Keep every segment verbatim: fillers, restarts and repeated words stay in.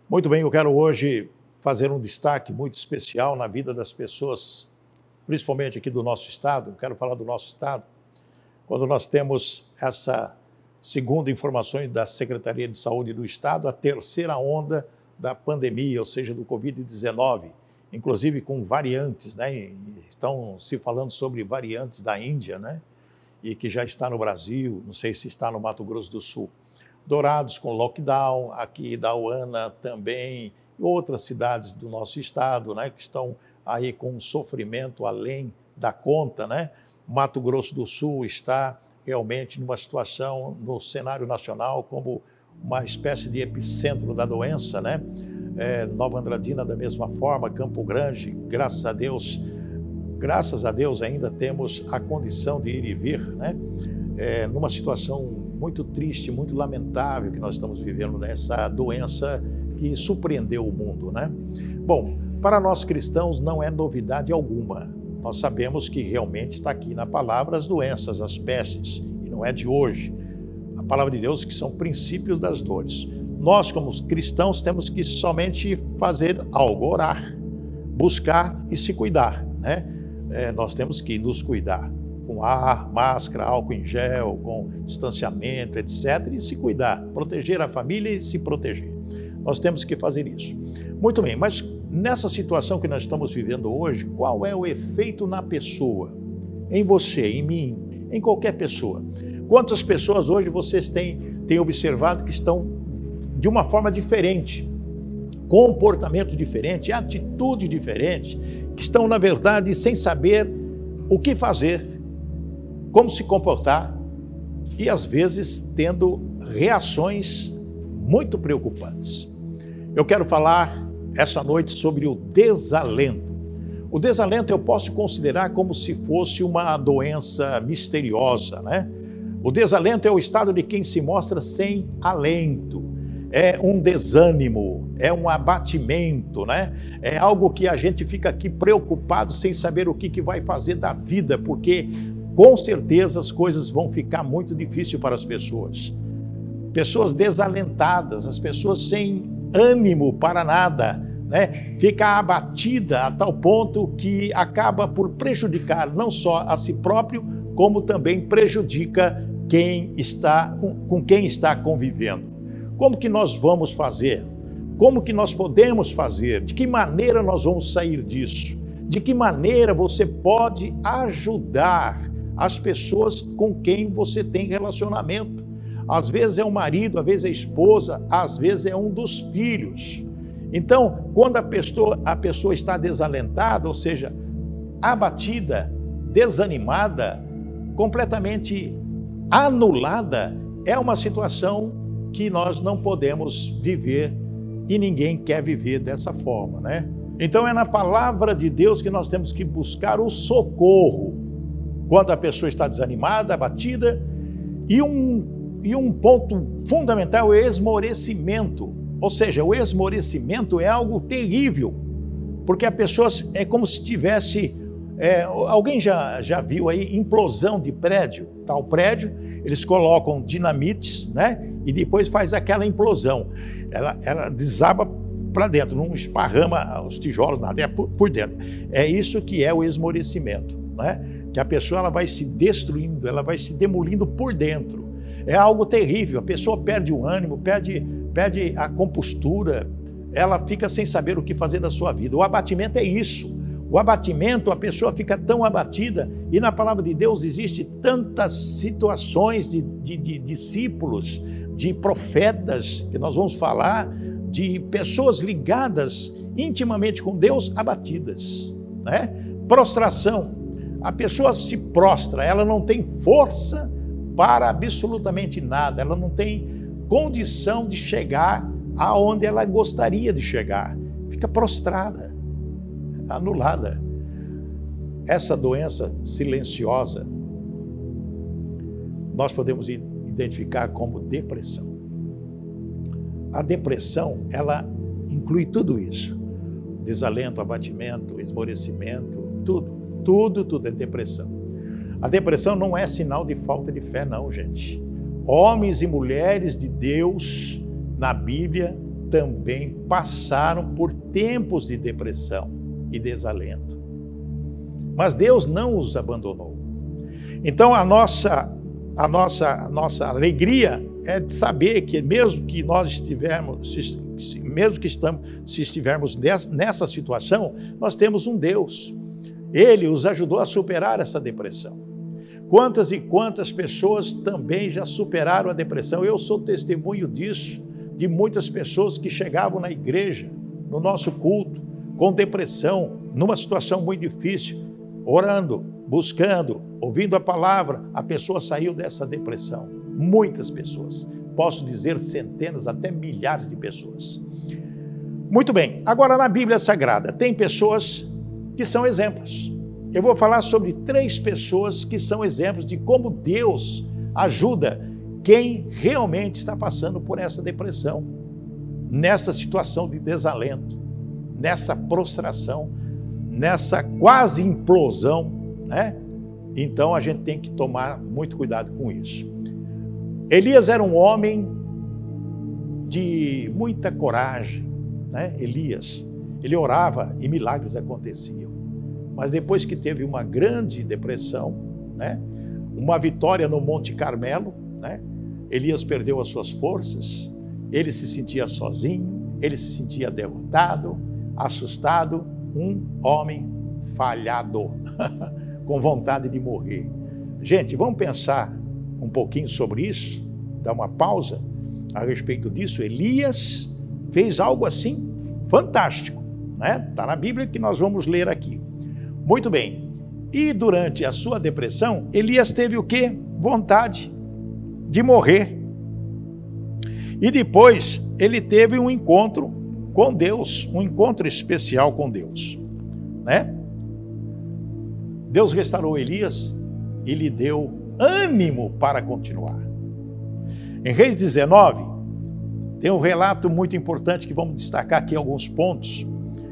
Muito bem, eu quero hoje fazer um destaque muito especial na vida das pessoas, principalmente aqui do nosso estado. Eu quero falar do nosso estado, quando nós temos essa, segundo informações da Secretaria de Saúde do Estado, a terceira onda da pandemia, ou seja, do covid dezenove, inclusive com variantes, né? Estão se falando sobre variantes da Índia, né? E que já está no Brasil, não sei se está no Mato Grosso do Sul. Dourados com lockdown, aqui Dauana também, e outras cidades do nosso estado, né, que estão aí com um sofrimento além da conta, né? Mato Grosso do Sul está realmente numa situação no cenário nacional como uma espécie de epicentro da doença, né? É, Nova Andradina da mesma forma, Campo Grande, graças a Deus, graças a Deus ainda temos a condição de ir e vir, né? É, numa situação muito triste, muito lamentável que nós estamos vivendo nessa doença que surpreendeu o mundo, né? Bom, para nós cristãos não é novidade alguma. Nós sabemos que realmente está aqui na palavra as doenças, as pestes, e não é de hoje. A palavra de Deus que são princípios das dores. Nós, como cristãos, temos que somente fazer algo, orar, buscar e se cuidar, né? É, nós temos que nos cuidar com ar, máscara, álcool em gel, com distanciamento, etcétera, e se cuidar, proteger a família e se proteger. Nós temos que fazer isso. Muito bem, mas nessa situação que nós estamos vivendo hoje, qual é o efeito na pessoa? Em você, em mim, em qualquer pessoa. Quantas pessoas hoje vocês têm, têm observado que estão de uma forma diferente, comportamento diferente, atitude diferente, que estão, na verdade, sem saber o que fazer, como se comportar e, às vezes, tendo reações muito preocupantes. Eu quero falar essa noite sobre o desalento. O desalento eu posso considerar como se fosse uma doença misteriosa, né? O desalento é o estado de quem se mostra sem alento, é um desânimo, é um abatimento, né? É algo que a gente fica aqui preocupado sem saber o que, que vai fazer da vida, porque com certeza as coisas vão ficar muito difíceis para as pessoas. Pessoas desalentadas, as pessoas sem ânimo para nada, né? Fica abatida a tal ponto que acaba por prejudicar não só a si próprio, como também prejudica quem está, com quem está convivendo. Como que nós vamos fazer? Como que nós podemos fazer? De que maneira nós vamos sair disso? De que maneira você pode ajudar as pessoas com quem você tem relacionamento? Às vezes é o marido, às vezes é a esposa, às vezes é um dos filhos. Então, quando a pessoa, a pessoa está desalentada, ou seja, abatida, desanimada, completamente anulada, é uma situação que nós não podemos viver e ninguém quer viver dessa forma, né? Então é na palavra de Deus que nós temos que buscar o socorro quando a pessoa está desanimada, abatida, e um, e um ponto fundamental é o esmorecimento. Ou seja, o esmorecimento é algo terrível, porque a pessoa é como se tivesse... É, alguém já, já viu aí implosão de prédio? Tal prédio, eles colocam dinamites, né? E depois faz aquela implosão. Ela, ela desaba para dentro, não esparrama os tijolos, nada, é por, por dentro. É isso que é o esmorecimento, né? Que a pessoa ela vai se destruindo, ela vai se demolindo por dentro. É algo terrível, a pessoa perde o ânimo, perde, perde a compostura, ela fica sem saber o que fazer da sua vida. O abatimento é isso. O abatimento, a pessoa fica tão abatida, e na palavra de Deus existe tantas situações de, de, de discípulos, de profetas, que nós vamos falar, de pessoas ligadas intimamente com Deus, abatidas, né? Prostração. A pessoa se prostra, ela não tem força para absolutamente nada, ela não tem condição de chegar aonde ela gostaria de chegar. Fica prostrada, anulada. Essa doença silenciosa nós podemos identificar como depressão. A depressão, ela inclui tudo isso. Desalento, abatimento, esmorecimento, tudo. Tudo, tudo é depressão. A depressão não é sinal de falta de fé, não, gente. Homens e mulheres de Deus, na Bíblia, também passaram por tempos de depressão e desalento. Mas Deus não os abandonou. Então a nossa, a nossa, a nossa alegria é de saber que mesmo que nós estivermos, se, mesmo que estamos, se estivermos nessa situação, nós temos um Deus. Ele os ajudou a superar essa depressão. Quantas e quantas pessoas também já superaram a depressão? Eu sou testemunho disso, de muitas pessoas que chegavam na igreja, no nosso culto, com depressão, numa situação muito difícil, orando, buscando, ouvindo a palavra, a pessoa saiu dessa depressão. Muitas pessoas, posso dizer centenas, até milhares de pessoas. Muito bem, agora na Bíblia Sagrada tem pessoas que são exemplos. Eu vou falar sobre três pessoas que são exemplos de como Deus ajuda quem realmente está passando por essa depressão, nessa situação de desalento, nessa prostração, nessa quase implosão, né? Então a gente tem que tomar muito cuidado com isso. Elias era um homem de muita coragem, né? Elias, ele orava e milagres aconteciam. Mas depois que teve uma grande depressão, né? Uma vitória no Monte Carmelo, né? Elias perdeu as suas forças, ele se sentia sozinho, ele se sentia derrotado, assustado, um homem falhado, com vontade de morrer. Gente, vamos pensar um pouquinho sobre isso, dar uma pausa a respeito disso. Elias fez algo assim fantástico, né? Está na Bíblia que nós vamos ler aqui. Muito bem. E durante a sua depressão, Elias teve o quê? Vontade de morrer. E depois ele teve um encontro com Deus, um encontro especial com Deus, né? Deus restaurou Elias e lhe deu ânimo para continuar. Em Reis dezenove, tem um relato muito importante que vamos destacar aqui alguns pontos.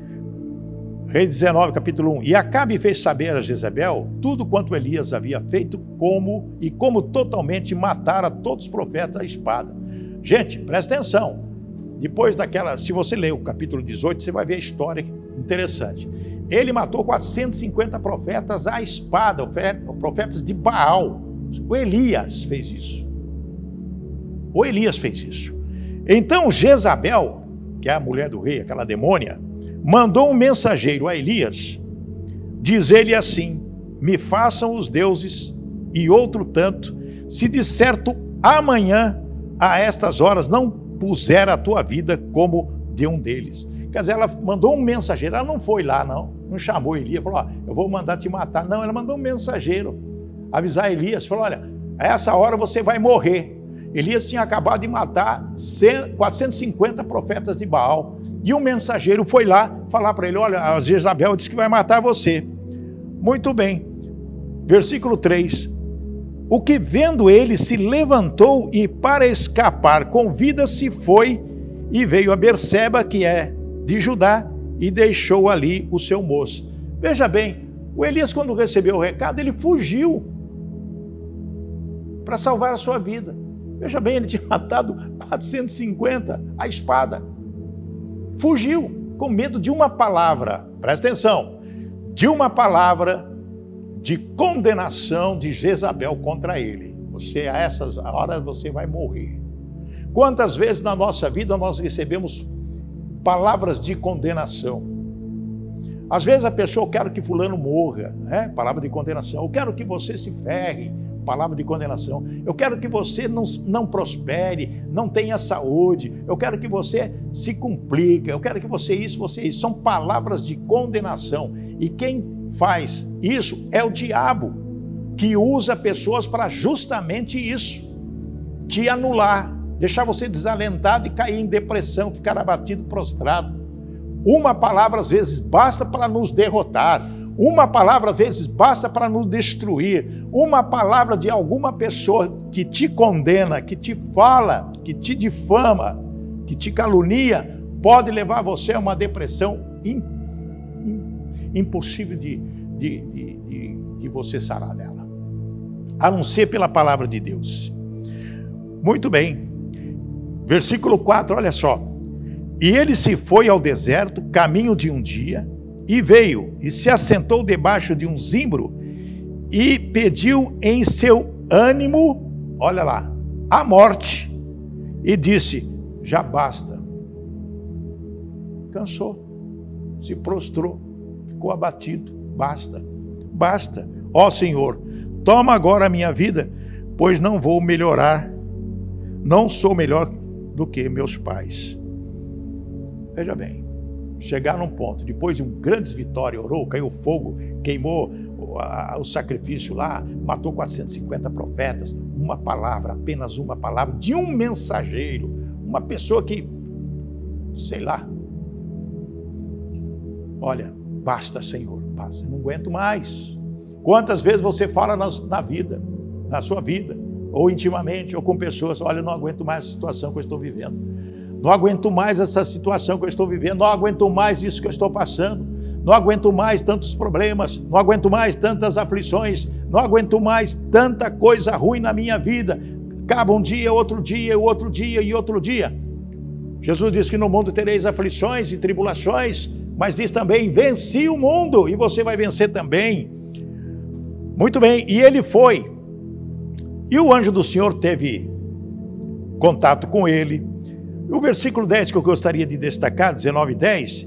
Reis dezenove, capítulo um. E Acabe fez saber a Jezabel tudo quanto Elias havia feito como e como totalmente matara todos os profetas à espada. Gente, presta atenção. Depois daquela, se você ler o capítulo dezoito, você vai ver a história interessante. Ele matou quatrocentos e cinquenta profetas à espada, profetas de Baal. O Elias fez isso. O Elias fez isso. Então Jezabel, que é a mulher do rei, aquela demônia, mandou um mensageiro a Elias, dizer-lhe assim: me façam os deuses e outro tanto, se de certo amanhã a estas horas não puser a tua vida como de um deles. Quer dizer, ela mandou um mensageiro, ela não foi lá não, não chamou Elias, falou, ó, eu vou mandar te matar. Não, ela mandou um mensageiro avisar Elias, falou, olha, a essa hora você vai morrer. Elias tinha acabado de matar quatrocentos e cinquenta profetas de Baal, e um mensageiro foi lá falar para ele, olha, a Jezabel disse que vai matar você. Muito bem, versículo três. O que vendo ele se levantou e para escapar com vida se foi e veio a Berseba, que é de Judá, e deixou ali o seu moço. Veja bem, o Elias, quando recebeu o recado, ele fugiu para salvar a sua vida. Veja bem, ele tinha matado quatrocentos e cinquenta à espada. Fugiu com medo de uma palavra, presta atenção, de uma palavra de condenação de Jezabel contra ele. Você, a essas horas, você vai morrer. Quantas vezes na nossa vida nós recebemos palavras de condenação? Às vezes a pessoa, eu quero que fulano morra, né? Palavra de condenação. Eu quero que você se ferre, palavra de condenação. Eu quero que você não, não prospere, não tenha saúde. Eu quero que você se complique. Eu quero que você isso, você isso. São palavras de condenação. E quem faz isso é o diabo, que usa pessoas para justamente isso, te anular, deixar você desalentado e cair em depressão, ficar abatido, prostrado. Uma palavra às vezes basta para nos derrotar. Uma palavra às vezes basta para nos destruir. Uma palavra de alguma pessoa que te condena, que te fala, que te difama, que te calunia, pode levar você a uma depressão in, in, impossível de, de, de, de, de você sarar dela, a não ser pela palavra de Deus. Muito bem. Versículo quatro, olha só. E ele se foi ao deserto, caminho de um dia, e veio, e se assentou debaixo de um zimbro, e pediu em seu ânimo, olha lá, a morte, e disse, já basta. Cansou, se prostrou, ficou abatido, basta, basta. Ó Senhor, toma agora a minha vida, pois não vou melhorar, não sou melhor do que meus pais. Veja bem, chegar num ponto, depois de um grande vitória, orou, caiu fogo, queimou o, a, o sacrifício lá, matou quatrocentos e cinquenta profetas, uma palavra, apenas uma palavra, de um mensageiro, uma pessoa que, sei lá, olha, basta Senhor, basta, não aguento mais. Quantas vezes você fala na, na vida, na sua vida, ou intimamente, ou com pessoas, olha, não aguento mais a situação que eu estou vivendo. Não aguento mais essa situação que eu estou vivendo, não aguento mais isso que eu estou passando, não aguento mais tantos problemas, não aguento mais tantas aflições, não aguento mais tanta coisa ruim na minha vida. Acaba um dia, outro dia, outro dia e outro dia. Jesus diz que no mundo tereis aflições e tribulações, mas diz também, venci o mundo e você vai vencer também. Muito bem, e ele foi. E o anjo do Senhor teve contato com ele. O versículo dez que eu gostaria de destacar, dezenove e dez,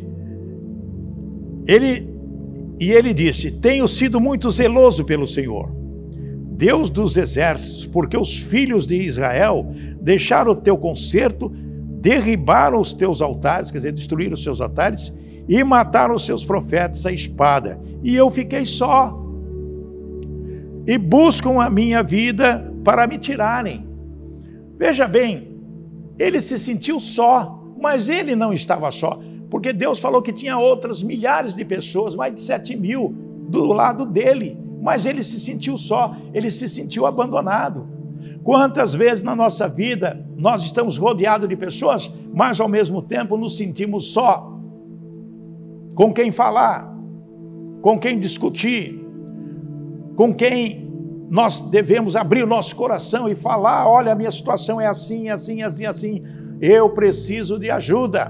ele, e ele disse, tenho sido muito zeloso pelo Senhor, Deus dos exércitos, porque os filhos de Israel deixaram o teu concerto, derribaram os teus altares, quer dizer, destruíram os seus altares, e mataram os seus profetas à espada, e eu fiquei só, e buscam a minha vida para me tirarem. Veja bem, ele se sentiu só, mas ele não estava só, porque Deus falou que tinha outras milhares de pessoas, mais de sete mil do lado dele, mas ele se sentiu só, ele se sentiu abandonado. Quantas vezes na nossa vida nós estamos rodeados de pessoas, mas ao mesmo tempo nos sentimos só, com quem falar, com quem discutir, com quem nós devemos abrir o nosso coração e falar, olha, a minha situação é assim, assim, assim, assim, eu preciso de ajuda.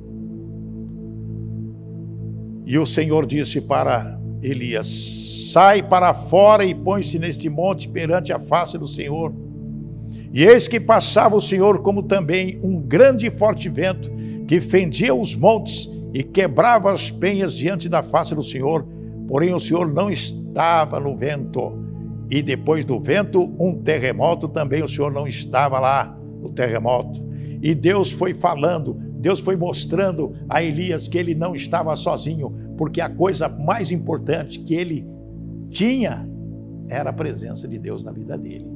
E o Senhor disse para Elias, sai para fora e põe-se neste monte perante a face do Senhor. E eis que passava o Senhor como também um grande e forte vento, que fendia os montes e quebrava as penhas diante da face do Senhor, porém o Senhor não estava no vento. E depois do vento, um terremoto, também o Senhor não estava lá, no terremoto. E Deus foi falando, Deus foi mostrando a Elias que ele não estava sozinho, porque a coisa mais importante que ele tinha era a presença de Deus na vida dele.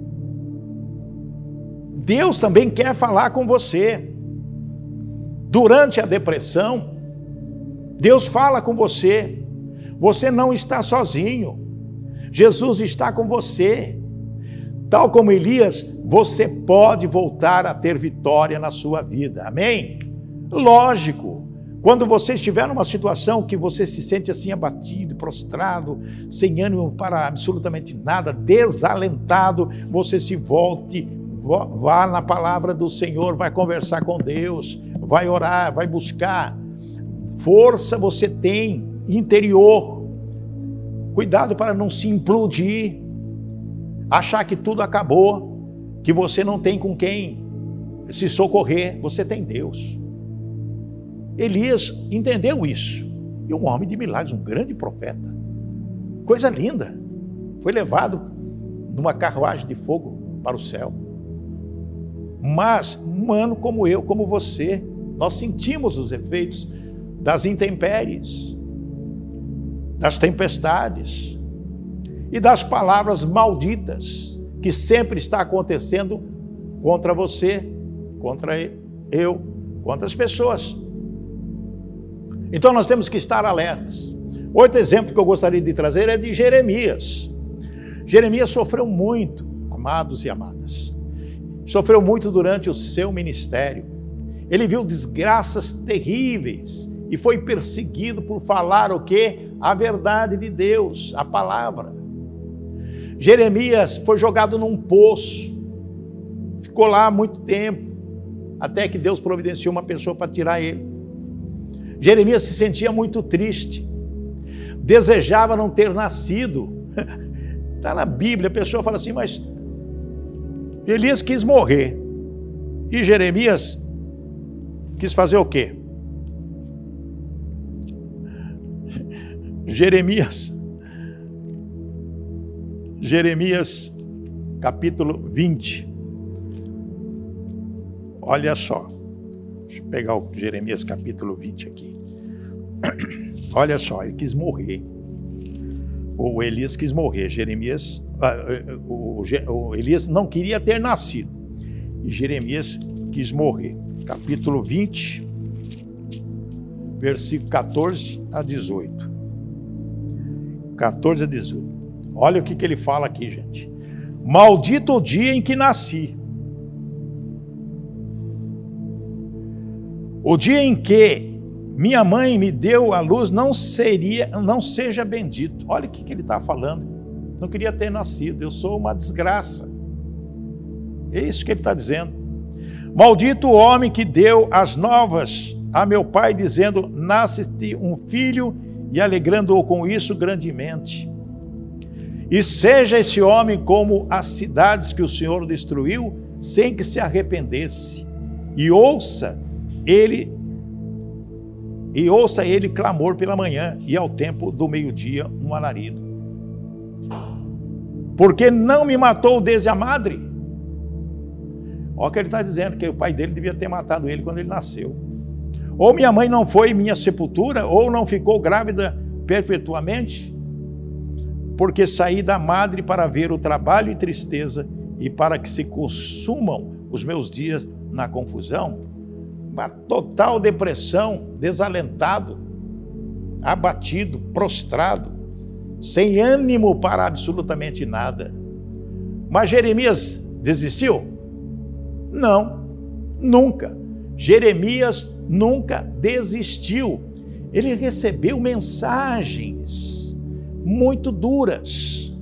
Deus também quer falar com você. Durante a depressão, Deus fala com você. Você não está sozinho. Jesus está com você. Tal como Elias, você pode voltar a ter vitória na sua vida. Amém? Lógico, quando você estiver numa situação que você se sente assim abatido, prostrado, sem ânimo para absolutamente nada, desalentado, você se volte, vá na palavra do Senhor, vai conversar com Deus, vai orar, vai buscar. Força você tem interior. Cuidado para não se implodir, achar que tudo acabou, que você não tem com quem se socorrer, você tem Deus. Elias entendeu isso, e um homem de milagres, um grande profeta, coisa linda, foi levado numa carruagem de fogo para o céu. Mas, humano como eu, como você, nós sentimos os efeitos das intempéries, das tempestades e das palavras malditas que sempre está acontecendo contra você, contra eu, contra as pessoas. Então nós temos que estar alertas. Outro exemplo que eu gostaria de trazer é de Jeremias. Jeremias sofreu muito, amados e amadas. Sofreu muito durante o seu ministério. Ele viu desgraças terríveis e foi perseguido por falar o quê? A verdade de Deus, a palavra. Jeremias foi jogado num poço, ficou lá há muito tempo, até que Deus providenciou uma pessoa para tirar ele. Jeremias se sentia muito triste, desejava não ter nascido. Está na Bíblia, a pessoa fala assim, mas Elias quis morrer e Jeremias quis fazer o quê? Jeremias, Jeremias capítulo vinte, olha só, deixa eu pegar o Jeremias capítulo vinte aqui, olha só, ele quis morrer, o Elias quis morrer, Jeremias, o, o Elias não queria ter nascido, e Jeremias quis morrer, capítulo vinte, versículo quatorze a dezoito, quatorze a dezoito, olha o que, que ele fala aqui, gente. Maldito o dia em que nasci, o dia em que minha mãe me deu a luz não seria, não seja bendito. Olha o que, que ele está falando. Não queria ter nascido, eu sou uma desgraça. É isso que ele está dizendo. Maldito o homem que deu as novas a meu pai, dizendo, nasce-te um filho, e alegrando-o com isso grandemente. E seja esse homem como as cidades que o Senhor destruiu, sem que se arrependesse. E ouça ele, e ouça ele clamor pela manhã, e ao tempo do meio-dia um alarido. Porque não me matou desde a madre. Olha o que ele está dizendo, que o pai dele devia ter matado ele quando ele nasceu. Ou minha mãe não foi minha sepultura, ou não ficou grávida perpetuamente, porque saí da madre para ver o trabalho e tristeza, e para que se consumam os meus dias na confusão. Uma total depressão, desalentado, abatido, prostrado, sem ânimo para absolutamente nada. Mas Jeremias desistiu? Não, nunca. Jeremias nunca desistiu. Ele recebeu mensagens muito duras.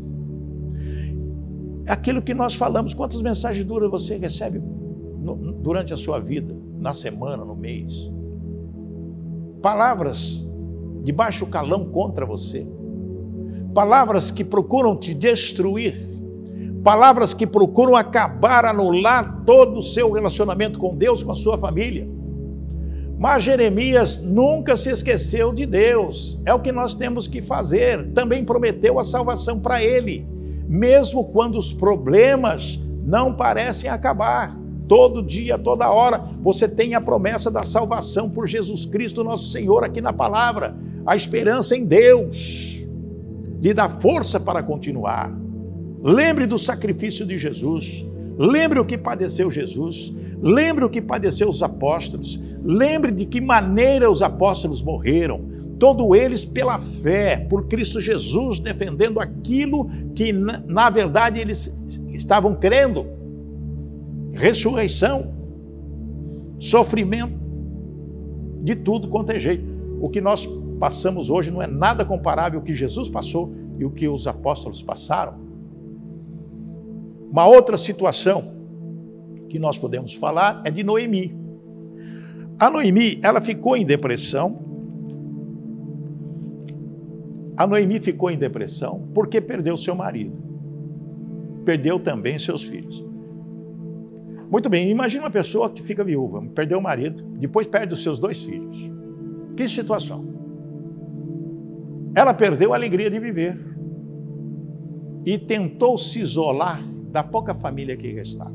Aquilo que nós falamos, quantas mensagens duras você recebe no, durante a sua vida, na semana, no mês? Palavras de baixo calão contra você. Palavras que procuram te destruir. Palavras que procuram acabar, anular todo o seu relacionamento com Deus, com a sua família. Mas Jeremias nunca se esqueceu de Deus. É o que nós temos que fazer. Também prometeu a salvação para ele, mesmo quando os problemas não parecem acabar. Todo dia, toda hora, você tem a promessa da salvação por Jesus Cristo, nosso Senhor, aqui na palavra. A esperança em Deus lhe dá força para continuar. Lembre do sacrifício de Jesus. Lembre o que padeceu Jesus. Lembre o que padeceu os apóstolos. Lembre de que maneira os apóstolos morreram. Todos eles pela fé, por Cristo Jesus, defendendo aquilo que, na, na verdade, eles estavam crendo. Ressurreição, sofrimento, de tudo quanto é jeito. O que nós passamos hoje não é nada comparável ao que Jesus passou e o que os apóstolos passaram. Uma outra situação que nós podemos falar é de Noemi. A Noemi, ela ficou em depressão. A Noemi ficou em depressão porque perdeu seu marido. Perdeu também seus filhos. Muito bem, imagina uma pessoa que fica viúva, perdeu o marido, depois perde os seus dois filhos. Que situação? Ela perdeu a alegria de viver e tentou se isolar da pouca família que restava.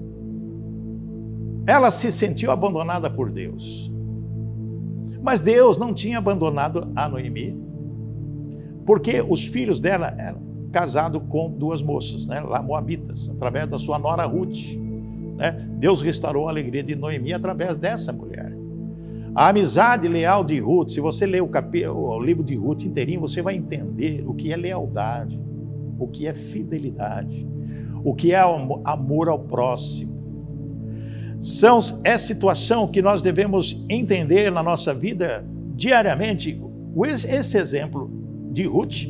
Ela se sentiu abandonada por Deus. Mas Deus não tinha abandonado a Noemi, porque os filhos dela eram casados com duas moças, né, lá moabitas, através da sua nora Ruth. Né? Deus restaurou a alegria de Noemi através dessa mulher. A amizade leal de Ruth, se você ler o, cap... o livro de Ruth inteirinho, você vai entender o que é lealdade, o que é fidelidade, o que é amor ao próximo. São, é situação que nós devemos entender na nossa vida diariamente. Esse exemplo de Ruth,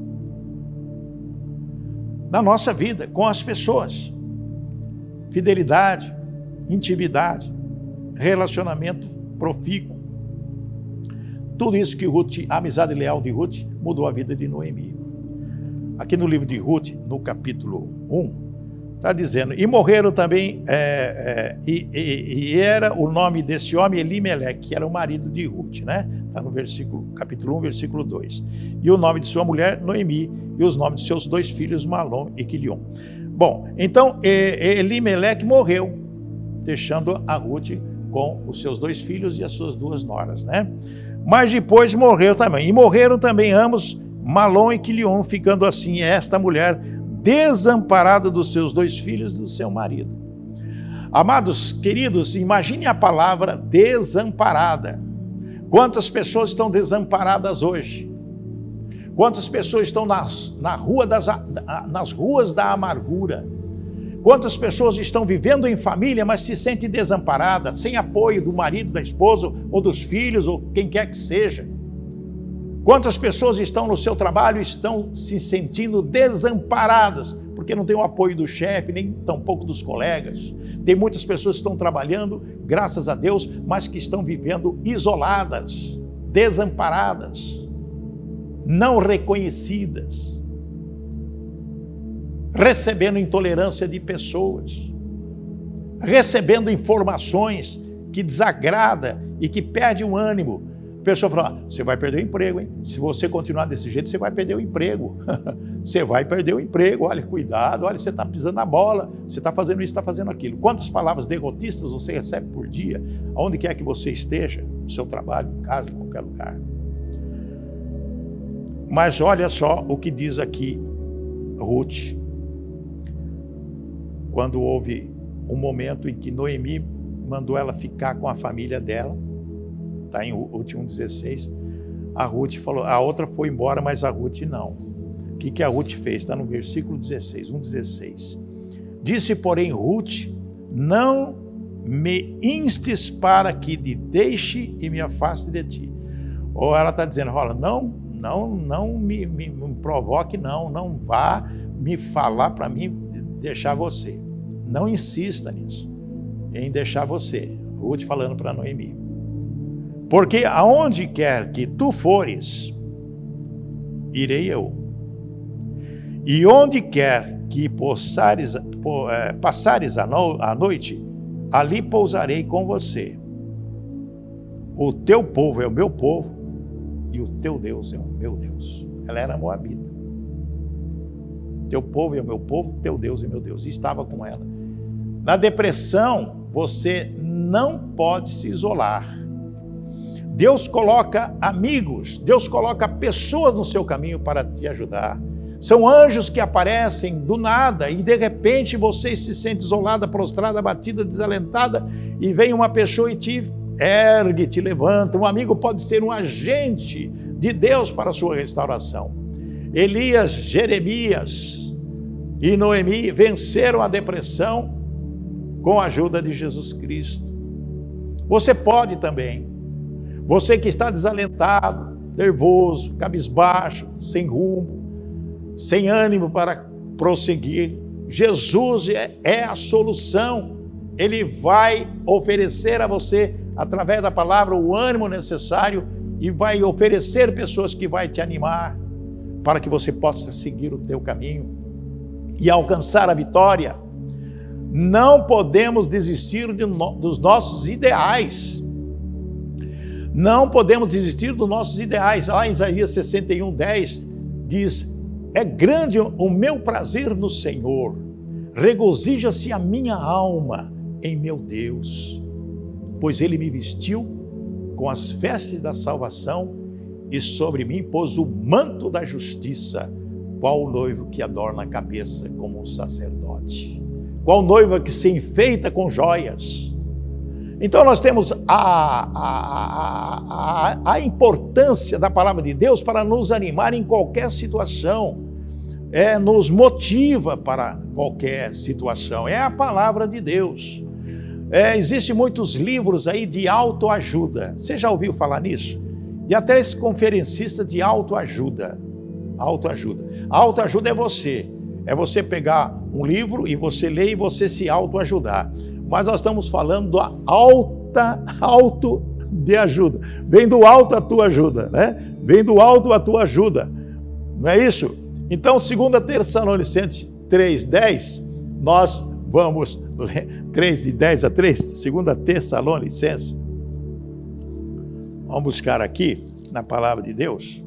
na nossa vida, com as pessoas. Fidelidade, intimidade, relacionamento profícuo. Tudo isso que Ruth, a amizade leal de Ruth, mudou a vida de Noemi. Aqui no livro de Ruth, no capítulo um, está dizendo, e morreram também, é, é, e, e, e era o nome desse homem Elimeleque, que era o marido de Ruth, né? Está no versículo, capítulo um, versículo dois. E o nome de sua mulher, Noemi, e os nomes de seus dois filhos, Malom e Quilion. Bom, então Elimeleque morreu, deixando a Ruth com os seus dois filhos e as suas duas noras, né? Mas depois morreu também. E morreram também ambos, Malom e Quilion, ficando assim esta mulher desamparada dos seus dois filhos e do seu marido. Amados, queridos, imagine a palavra desamparada. Quantas pessoas estão desamparadas hoje? Quantas pessoas estão nas, na rua das, nas ruas da amargura? Quantas pessoas estão vivendo em família, mas se sentem desamparadas, sem apoio do marido, da esposa, ou dos filhos, ou quem quer que seja? Quantas pessoas estão no seu trabalho e estão se sentindo desamparadas, porque não tem o apoio do chefe, nem tampouco dos colegas? Tem muitas pessoas que estão trabalhando, graças a Deus, mas que estão vivendo isoladas, desamparadas, não reconhecidas, recebendo intolerância de pessoas, recebendo informações que desagrada e que perde o ânimo. A pessoa fala, você vai perder o emprego, hein? Se você continuar desse jeito, você vai perder o emprego. Você vai perder o emprego, olha, cuidado, olha, você está pisando na bola, você está fazendo isso, está fazendo aquilo. Quantas palavras derrotistas você recebe por dia, aonde quer que você esteja, no seu trabalho, em casa, em qualquer lugar. Mas olha só o que diz aqui Ruth. Quando houve um momento em que Noemi mandou ela ficar com a família dela, está em Ruth um, dezesseis, a Ruth falou, a outra foi embora, mas a Ruth não. O que, que a Ruth fez? Está no versículo dezesseis, um, dezesseis. Disse, porém, Ruth, não me instes para que te deixe e me afaste de ti. Ou ela está dizendo, olha, não, não, não me, me, me provoque, não, não vá me falar para mim deixar você. Não insista nisso, em deixar você. Ruth falando para Noemi. Porque aonde quer que tu fores, irei eu. E onde quer que possares, passares a, no, a noite, ali pousarei com você. O teu povo é o meu povo, e o teu Deus é o meu Deus. Ela era moabita. Teu povo é o meu povo, teu Deus é meu Deus. E estava com ela. Na depressão, você não pode se isolar. Deus coloca amigos, Deus coloca pessoas no seu caminho para te ajudar. São anjos que aparecem do nada e de repente você se sente isolada, prostrada, abatida, desalentada e vem uma pessoa e te ergue, te levanta. Um amigo pode ser um agente de Deus para a sua restauração. Elias, Jeremias e Noemi venceram a depressão com a ajuda de Jesus Cristo. Você pode também. Você que está desalentado, nervoso, cabisbaixo, sem rumo, sem ânimo para prosseguir, Jesus é, é a solução. Ele vai oferecer a você, através da palavra, o ânimo necessário e vai oferecer pessoas que vai te animar para que você possa seguir o teu caminho e alcançar a vitória. Não podemos desistir de no, dos nossos ideais. Não podemos desistir dos nossos ideais. Lá em Isaías sessenta e um, dez, diz, é grande o meu prazer no Senhor, regozija-se a minha alma em meu Deus, pois Ele me vestiu com as vestes da salvação e sobre mim pôs o manto da justiça, qual noivo que adorna a cabeça como um sacerdote, qual noiva que se enfeita com joias. Então nós temos a, a, a, a importância da palavra de Deus para nos animar em qualquer situação, é, nos motiva para qualquer situação, é a palavra de Deus. É, existem muitos livros aí de autoajuda, você já ouviu falar nisso? E até esse conferencista de autoajuda, autoajuda. A autoajuda é você, é você pegar um livro e você ler e você se autoajudar. Mas nós estamos falando da alta, alto de ajuda. Vem do alto a tua ajuda, né? Vem do alto a tua ajuda. Não é isso? Então, segunda Tessalonicenses três, dez, nós vamos ler três de dez a três, segunda Tessalonicenses. Vamos buscar aqui na palavra de Deus.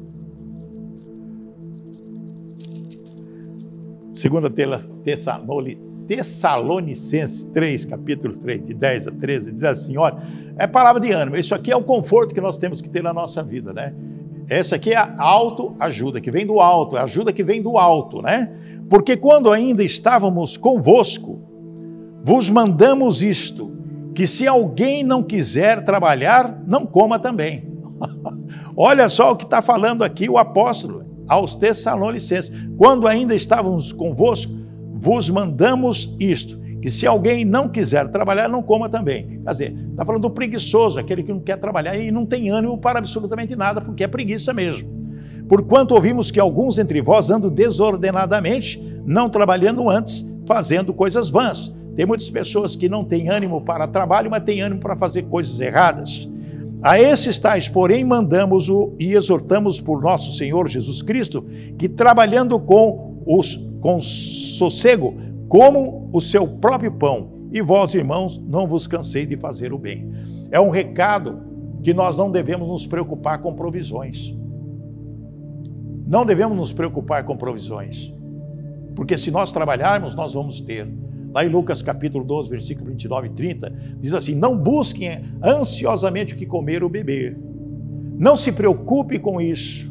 Segunda Tessalonicenses três, capítulo três, de dez a treze, diz assim, olha, é palavra de ânimo, isso aqui é o conforto que nós temos que ter na nossa vida, né? Essa aqui é a autoajuda, que vem do alto, a ajuda que vem do alto, né? Porque quando ainda estávamos convosco, vos mandamos isto, que se alguém não quiser trabalhar, não coma também. Olha só o que está falando aqui o apóstolo aos Tessalonicenses. Quando ainda estávamos convosco, vos mandamos isto, que se alguém não quiser trabalhar, não coma também. Quer dizer, está falando do preguiçoso, aquele que não quer trabalhar e não tem ânimo para absolutamente nada, porque é preguiça mesmo. Porquanto ouvimos que alguns entre vós andam desordenadamente, não trabalhando antes, fazendo coisas vãs. Tem muitas pessoas que não têm ânimo para trabalho, mas têm ânimo para fazer coisas erradas. A esses tais, porém, mandamos-o e exortamos por nosso Senhor Jesus Cristo, que trabalhando com, os, com sossego, comam o seu próprio pão, e vós, irmãos, não vos canseis de fazer o bem. É um recado que nós não devemos nos preocupar com provisões. Não devemos nos preocupar com provisões, porque se nós trabalharmos, nós vamos ter. Lá em Lucas capítulo doze, versículo vinte e nove e trinta, diz assim, não busquem ansiosamente o que comer ou beber. Não se preocupe com isso,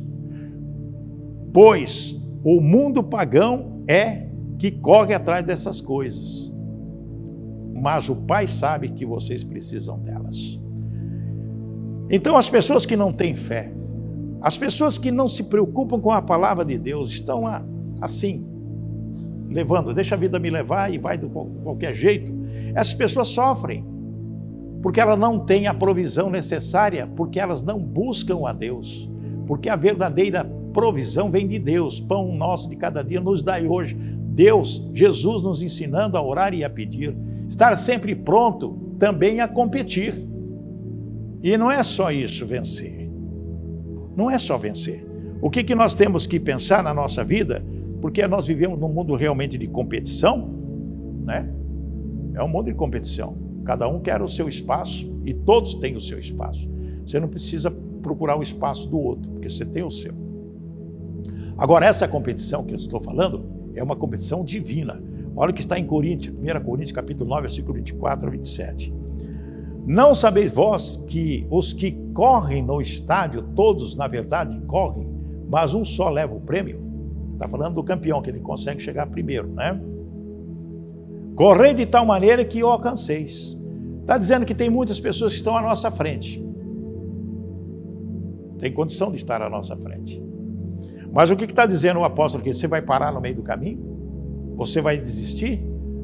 pois o mundo pagão é que corre atrás dessas coisas. Mas o Pai sabe que vocês precisam delas. Então as pessoas que não têm fé, as pessoas que não se preocupam com a palavra de Deus, estão assim, levando, deixa a vida me levar e vai de qualquer jeito. Essas pessoas sofrem, porque elas não têm a provisão necessária, porque elas não buscam a Deus, porque a verdadeira provisão vem de Deus. Pão nosso de cada dia nos dai hoje. Deus, Jesus nos ensinando a orar e a pedir, estar sempre pronto também a competir. E não é só isso, vencer. Não é só vencer. O que, que nós temos que pensar na nossa vida? Porque nós vivemos num mundo realmente de competição, né? É um mundo de competição. Cada um quer o seu espaço e todos têm o seu espaço. Você não precisa procurar o espaço do outro, porque você tem o seu. Agora, essa competição que eu estou falando é uma competição divina. Olha o que está em Coríntios, primeira Coríntios, capítulo nove, versículo vinte e quatro a vinte e sete. Não sabeis vós que os que correm no estádio, todos, na verdade, correm, mas um só leva o prêmio? Está falando do campeão, que ele consegue chegar primeiro, né? Correi de tal maneira que o alcanceis. Está dizendo que tem muitas pessoas que estão à nossa frente. Tem condição de estar à nossa frente. Mas o que está dizendo o apóstolo aqui? Você vai parar no meio do caminho? Você vai desistir?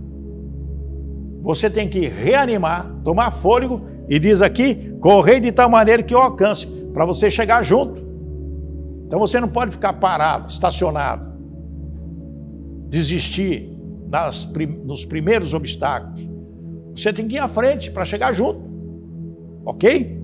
Você tem que reanimar, tomar fôlego, e diz aqui, correi de tal maneira que o alcance, para você chegar junto. Então você não pode ficar parado, estacionado, desistir nas, nos primeiros obstáculos. Você tem que ir à frente para chegar junto, ok?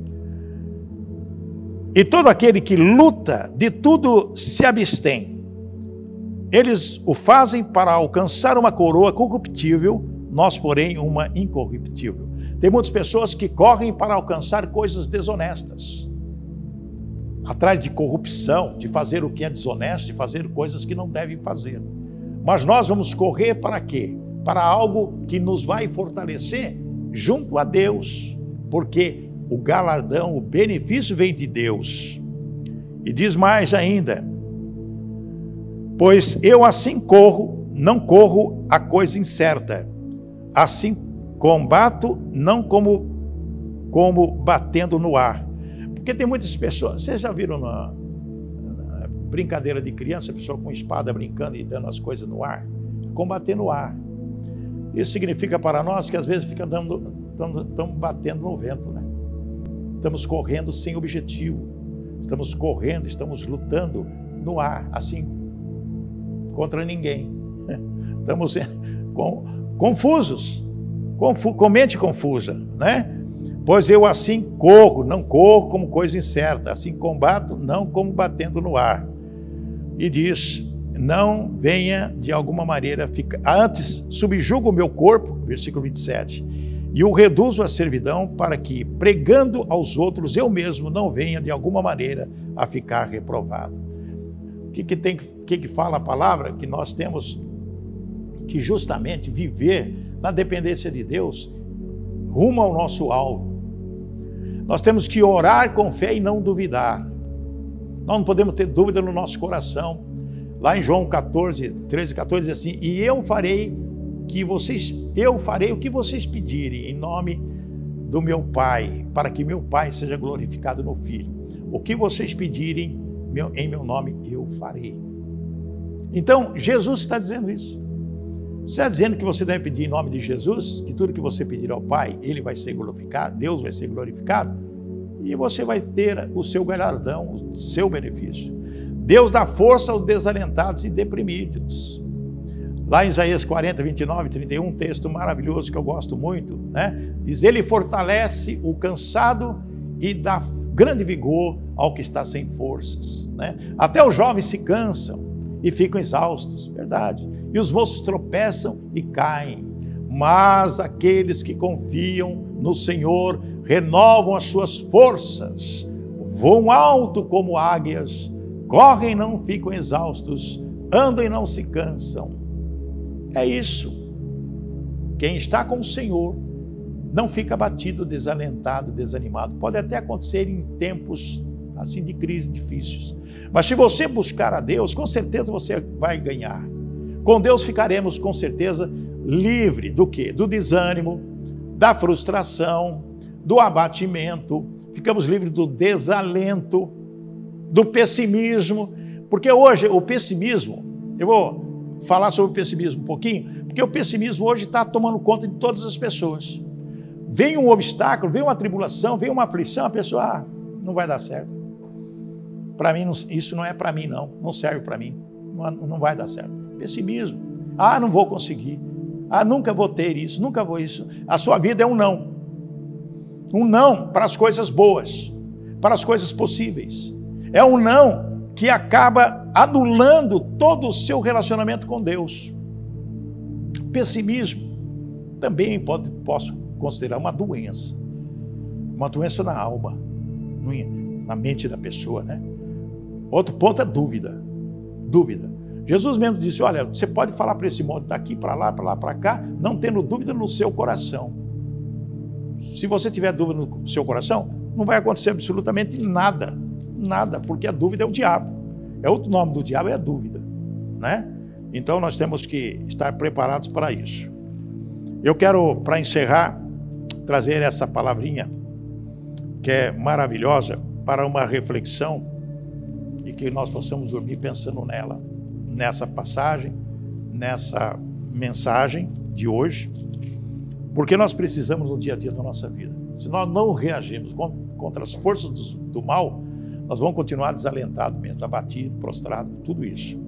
E todo aquele que luta, de tudo se abstém. Eles o fazem para alcançar uma coroa corruptível, nós, porém, uma incorruptível. Tem muitas pessoas que correm para alcançar coisas desonestas, atrás de corrupção, de fazer o que é desonesto, de fazer coisas que não devem fazer. Mas nós vamos correr para quê? Para algo que nos vai fortalecer junto a Deus, porque o galardão, o benefício vem de Deus. E diz mais ainda, pois eu assim corro, não corro a coisa incerta, assim combato, não como, como batendo no ar. Porque tem muitas pessoas, vocês já viram na, na brincadeira de criança, a pessoa com espada brincando e dando as coisas no ar? Combater no ar. Isso significa para nós que às vezes fica dando, estamos batendo no vento, né? Estamos correndo sem objetivo, estamos correndo, estamos lutando no ar, assim, contra ninguém. Estamos com, confusos, confu, com mente confusa, né? Pois eu assim corro, não corro como coisa incerta, assim combato, não como batendo no ar. E diz, não venha de alguma maneira ficar... Antes, subjugo o meu corpo, versículo vinte e sete, e o reduzo à servidão para que, pregando aos outros, eu mesmo não venha de alguma maneira a ficar reprovado. O que que tem, que que fala a palavra? Que nós temos que justamente viver na dependência de Deus, rumo ao nosso alvo. Nós temos que orar com fé e não duvidar. Nós não podemos ter dúvida no nosso coração. Lá em João quatorze, treze, quatorze, diz assim, e eu farei que vocês, eu farei o que vocês pedirem em nome do meu Pai, para que meu Pai seja glorificado no Filho. O que vocês pedirem meu, em meu nome, eu farei. Então, Jesus está dizendo isso. Você está dizendo que você deve pedir em nome de Jesus, que tudo que você pedir ao Pai, Ele vai ser glorificado, Deus vai ser glorificado, e você vai ter o seu galardão, o seu benefício. Deus dá força aos desalentados e deprimidos. Lá em Isaías quarenta, vinte e nove, trinta e um, um texto maravilhoso que eu gosto muito, né? Diz, Ele fortalece o cansado e dá grande vigor ao que está sem forças, né? Até os jovens se cansam e ficam exaustos, verdade. E os moços tropeçam e caem. Mas aqueles que confiam no Senhor renovam as suas forças, voam alto como águias, correm e não ficam exaustos, andam e não se cansam. É isso. Quem está com o Senhor não fica abatido, desalentado, desanimado. Pode até acontecer em tempos assim de crise difíceis. Mas se você buscar a Deus, com certeza você vai ganhar. Com Deus ficaremos com certeza livre do quê? Do desânimo, da frustração, do abatimento. Ficamos livres do desalento, do pessimismo. Porque hoje o pessimismo, eu vou falar sobre o pessimismo um pouquinho, porque o pessimismo hoje está tomando conta de todas as pessoas. Vem um obstáculo, vem uma tribulação, vem uma aflição, a pessoa, ah, não vai dar certo. Para mim, isso não é para mim, não. Não serve para mim. Não, não vai dar certo. Pessimismo. Ah, não vou conseguir. Ah, nunca vou ter isso, nunca vou isso. A sua vida é um não. Um não para as coisas boas, para as coisas possíveis. É um não que acaba anulando todo o seu relacionamento com Deus. Pessimismo também pode, posso considerar uma doença. Uma doença na alma, na mente da pessoa, né? Outro ponto é dúvida. Dúvida. Jesus mesmo disse, olha, você pode falar para esse monte daqui, para lá, para lá, para cá, não tendo dúvida no seu coração. Se você tiver dúvida no seu coração, não vai acontecer absolutamente nada. Nada, porque a dúvida é o diabo. É outro nome do diabo, é a dúvida, né? Então nós temos que estar preparados para isso. Eu quero, para encerrar, trazer essa palavrinha que é maravilhosa para uma reflexão e que nós possamos dormir pensando nela, nessa passagem, nessa mensagem de hoje, porque nós precisamos no dia a dia da nossa vida. Se nós não reagirmos contra as forças do, do mal, nós vamos continuar desalentados mesmo, abatidos, prostrados, tudo isso.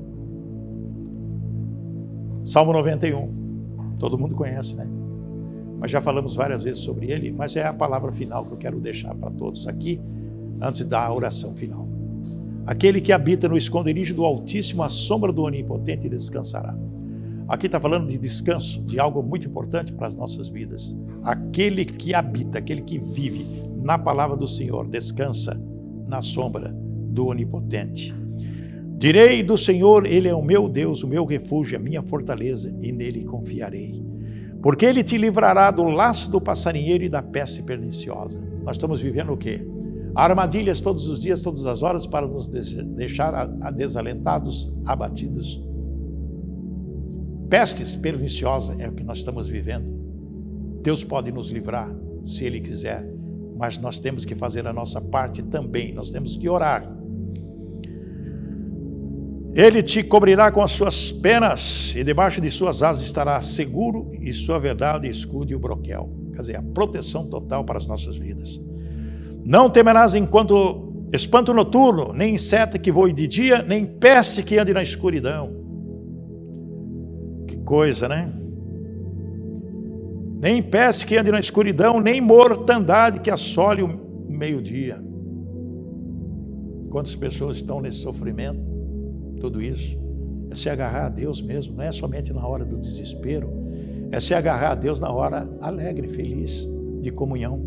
Salmo noventa e um, todo mundo conhece, né? Mas já falamos várias vezes sobre ele, mas é a palavra final que eu quero deixar para todos aqui, antes da oração final. Aquele que habita no esconderijo do Altíssimo, à sombra do Onipotente descansará. Aqui está falando de descanso, de algo muito importante para as nossas vidas. Aquele que habita, aquele que vive na palavra do Senhor, descansa na sombra do Onipotente. Direi do Senhor, Ele é o meu Deus, o meu refúgio, a minha fortaleza, e nele confiarei. Porque Ele te livrará do laço do passarinheiro e da peste perniciosa. Nós estamos vivendo o quê? Armadilhas todos os dias, todas as horas, para nos deixar desalentados, abatidos. Pestes perniciosas é o que nós estamos vivendo. Deus pode nos livrar, se Ele quiser, mas nós temos que fazer a nossa parte também, nós temos que orar. Ele te cobrirá com as suas penas e debaixo de suas asas estará seguro, e sua verdade escudo e o broquel. Quer dizer, a proteção total para as nossas vidas. Não temerás enquanto espanto noturno, nem seta que voe de dia, nem peste que ande na escuridão. Que coisa, né? nem peste que ande na escuridão, nem mortandade que assole o meio-dia. Quantas pessoas estão nesse sofrimento? Tudo isso é se agarrar a Deus mesmo, não é somente na hora do desespero, é se agarrar a Deus na hora alegre, feliz, de comunhão.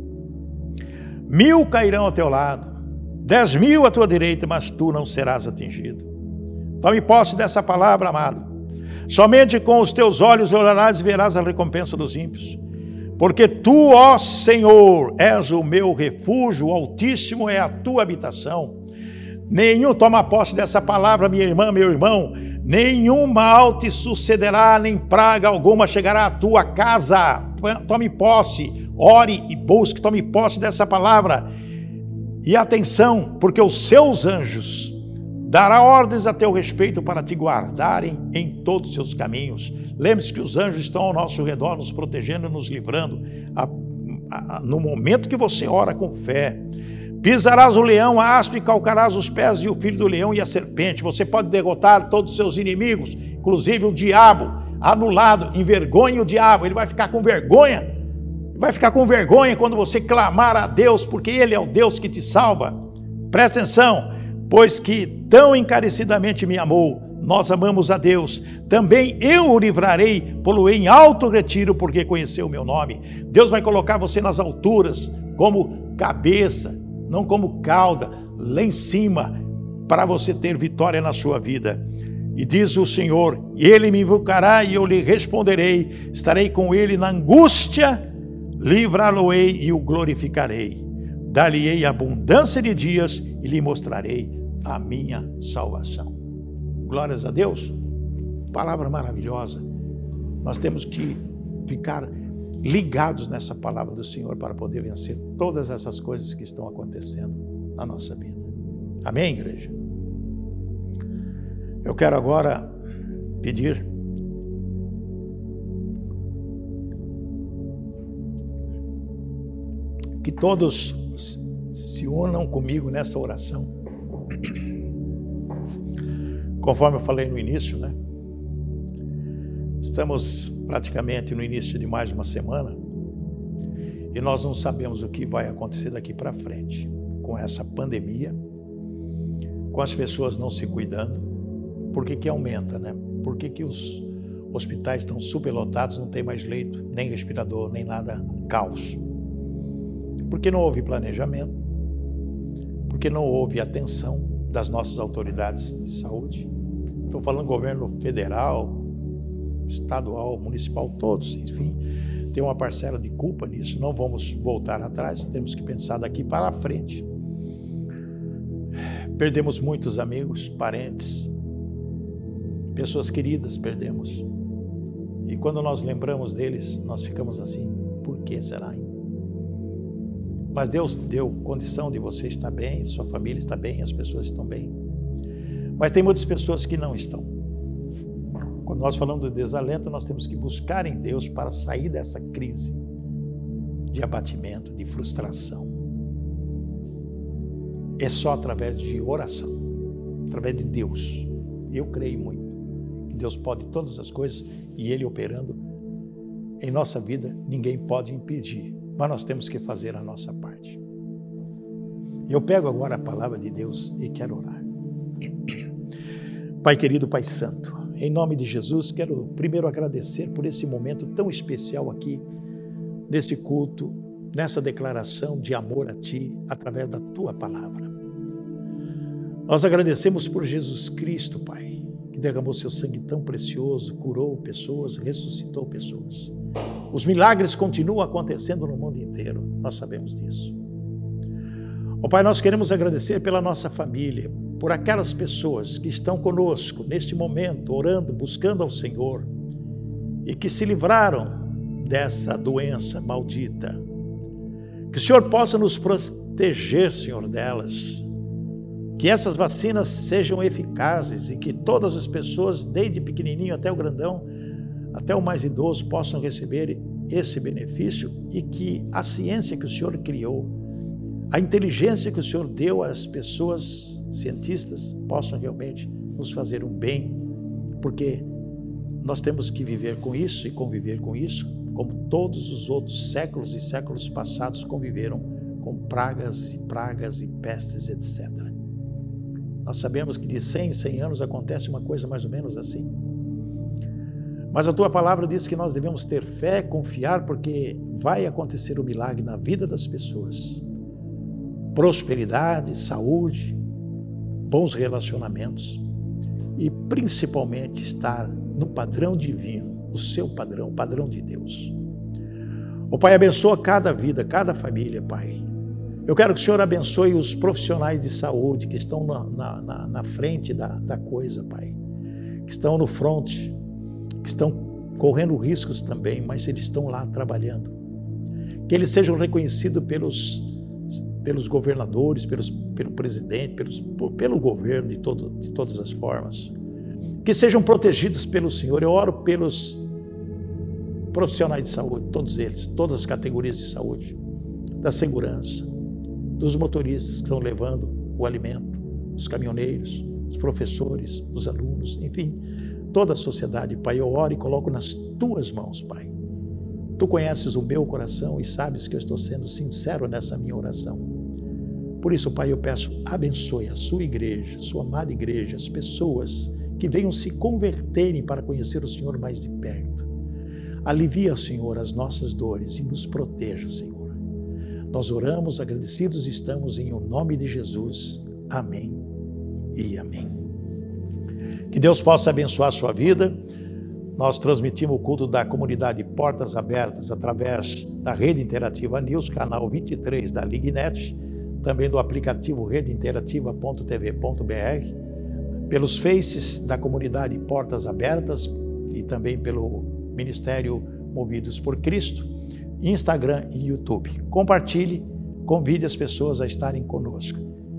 Mil cairão ao teu lado, dez mil à tua direita, mas tu não serás atingido. Tome posse dessa palavra, amado. Somente com os teus olhos olharás e verás a recompensa dos ímpios. Porque tu, ó Senhor, és o meu refúgio, o Altíssimo é a tua habitação. Nenhum, toma posse dessa palavra, minha irmã, meu irmão, nenhum mal te sucederá, nem praga alguma chegará à tua casa. Tome posse, ore e busque, tome posse dessa palavra. E atenção, porque os seus anjos dará ordens a teu respeito para te guardarem em todos os seus caminhos. Lembre-se que os anjos estão ao nosso redor, nos protegendo e nos livrando. A, a, no momento que você ora com fé, pisarás o leão, a aspa, e calcarás os pés e o filho do leão e a serpente. Você pode derrotar todos os seus inimigos, inclusive o diabo, anulado, envergonhe o diabo. Ele vai ficar com vergonha. Ele vai ficar com vergonha quando você clamar a Deus, porque Ele é o Deus que te salva. Presta atenção, pois que tão encarecidamente me amou, nós amamos a Deus, também eu o livrarei, pô-lo-ei em alto retiro, porque conheceu o meu nome. Deus vai colocar você nas alturas, como cabeça, não como cauda, lá em cima, para você ter vitória na sua vida. E diz o Senhor, Ele me invocará e eu lhe responderei, estarei com Ele na angústia, livrá-lo-ei e o glorificarei. Dar-lhe-ei abundância de dias e lhe mostrarei a minha salvação. Glórias a Deus. Palavra maravilhosa. Nós temos que ficar ligados nessa palavra do Senhor para poder vencer todas essas coisas que estão acontecendo na nossa vida. Amém, igreja? Eu quero agora pedir que todos se unam comigo nessa oração. Conforme eu falei no início, né? Estamos praticamente no início de mais uma semana e nós não sabemos o que vai acontecer daqui para frente com essa pandemia, com as pessoas não se cuidando. Por que que aumenta, né? Por que que os hospitais estão superlotados, não tem mais leito, nem respirador, nem nada, caos? Porque não houve planejamento, porque não houve atenção das nossas autoridades de saúde. Estou falando governo federal, estadual, municipal, todos, enfim, tem uma parcela de culpa nisso. Não vamos voltar atrás, temos que pensar daqui para frente. Perdemos muitos amigos, parentes, pessoas queridas perdemos. E quando nós lembramos deles, nós ficamos assim, por que será, hein? Mas Deus deu condição de você estar bem, sua família está bem, as pessoas estão bem. Mas tem muitas pessoas que não estão. Quando nós falamos de desalento, nós temos que buscar em Deus para sair dessa crise de abatimento, de frustração. É só através de oração, através de Deus. Eu creio muito que Deus pode todas as coisas e Ele operando em nossa vida, ninguém pode impedir. Mas nós temos que fazer a nossa parte. Eu pego agora a palavra de Deus e quero orar. Pai querido, Pai santo, em nome de Jesus, quero primeiro agradecer por esse momento tão especial aqui, neste culto, nessa declaração de amor a Ti, através da Tua palavra. Nós agradecemos por Jesus Cristo, Pai, que derramou seu sangue tão precioso, curou pessoas, ressuscitou pessoas. Os milagres continuam acontecendo no mundo inteiro, nós sabemos disso. Ó Pai, nós queremos agradecer pela nossa família, por aquelas pessoas que estão conosco neste momento, orando, buscando ao Senhor, e que se livraram dessa doença maldita. Que o Senhor possa nos proteger, Senhor, delas. Que essas vacinas sejam eficazes e que todas as pessoas, desde pequenininho até o grandão, até o mais idoso, possam receber esse benefício e que a ciência que o Senhor criou, a inteligência que o Senhor deu às pessoas cientistas possam realmente nos fazer um bem, porque nós temos que viver com isso e conviver com isso como todos os outros séculos e séculos passados conviveram com pragas e pragas e pestes, etcétera. Nós sabemos que de cem em cem anos acontece uma coisa mais ou menos assim. Mas a tua palavra diz que nós devemos ter fé, confiar, porque vai acontecer o milagre na vida das pessoas. Prosperidade, saúde, bons relacionamentos e principalmente estar no padrão divino, o seu padrão, o padrão de Deus. O Pai, abençoa cada vida, cada família, Pai. Eu quero que o Senhor abençoe os profissionais de saúde que estão na, na, na frente da, da coisa, Pai. Que estão no front, que estão correndo riscos também, mas eles estão lá trabalhando. Que eles sejam reconhecidos pelos, pelos governadores, pelos, pelo presidente, pelos, pelo governo de, todo, de todas as formas. Que sejam protegidos pelo Senhor. Eu oro pelos profissionais de saúde, todos eles, todas as categorias de saúde, da segurança, dos motoristas que estão levando o alimento, os caminhoneiros, os professores, os alunos, enfim, toda a sociedade, Pai. Eu oro e coloco nas tuas mãos, Pai. Tu conheces o meu coração e sabes que eu estou sendo sincero nessa minha oração. Por isso, Pai, eu peço, abençoe a sua igreja, sua amada igreja, as pessoas que venham se converterem para conhecer o Senhor mais de perto. Alivia, Senhor, as nossas dores e nos proteja, Senhor. Nós oramos, agradecidos estamos em o nome de Jesus. Amém e amém. Que Deus possa abençoar a sua vida. Nós transmitimos o culto da comunidade Portas Abertas através da Rede Interativa News, canal vinte e três da Lignet, também do aplicativo rede interativa ponto t v ponto b r, pelos faces da comunidade Portas Abertas e também pelo Ministério Movidos por Cristo, Instagram e YouTube. Compartilhe, convide as pessoas a estarem conosco.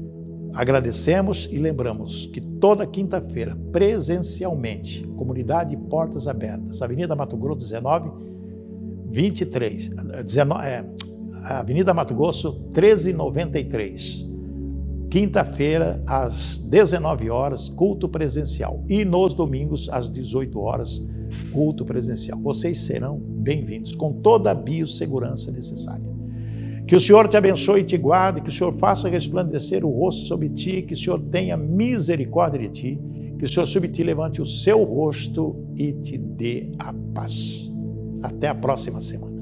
Agradecemos e lembramos que toda quinta-feira, presencialmente, comunidade Portas Abertas, Avenida Mato Grosso dezenove, vinte e três, dezenove, é, Avenida Mato Grosso treze noventa e três. Quinta-feira, às dezenove horas, culto presencial. E nos domingos, às dezoito horas, culto presencial. Vocês serão bem-vindos, com toda a biossegurança necessária. Que o Senhor te abençoe e te guarde, que o Senhor faça resplandecer o rosto sobre ti, que o Senhor tenha misericórdia de ti, que o Senhor sobre ti levante o seu rosto e te dê a paz. Até a próxima semana.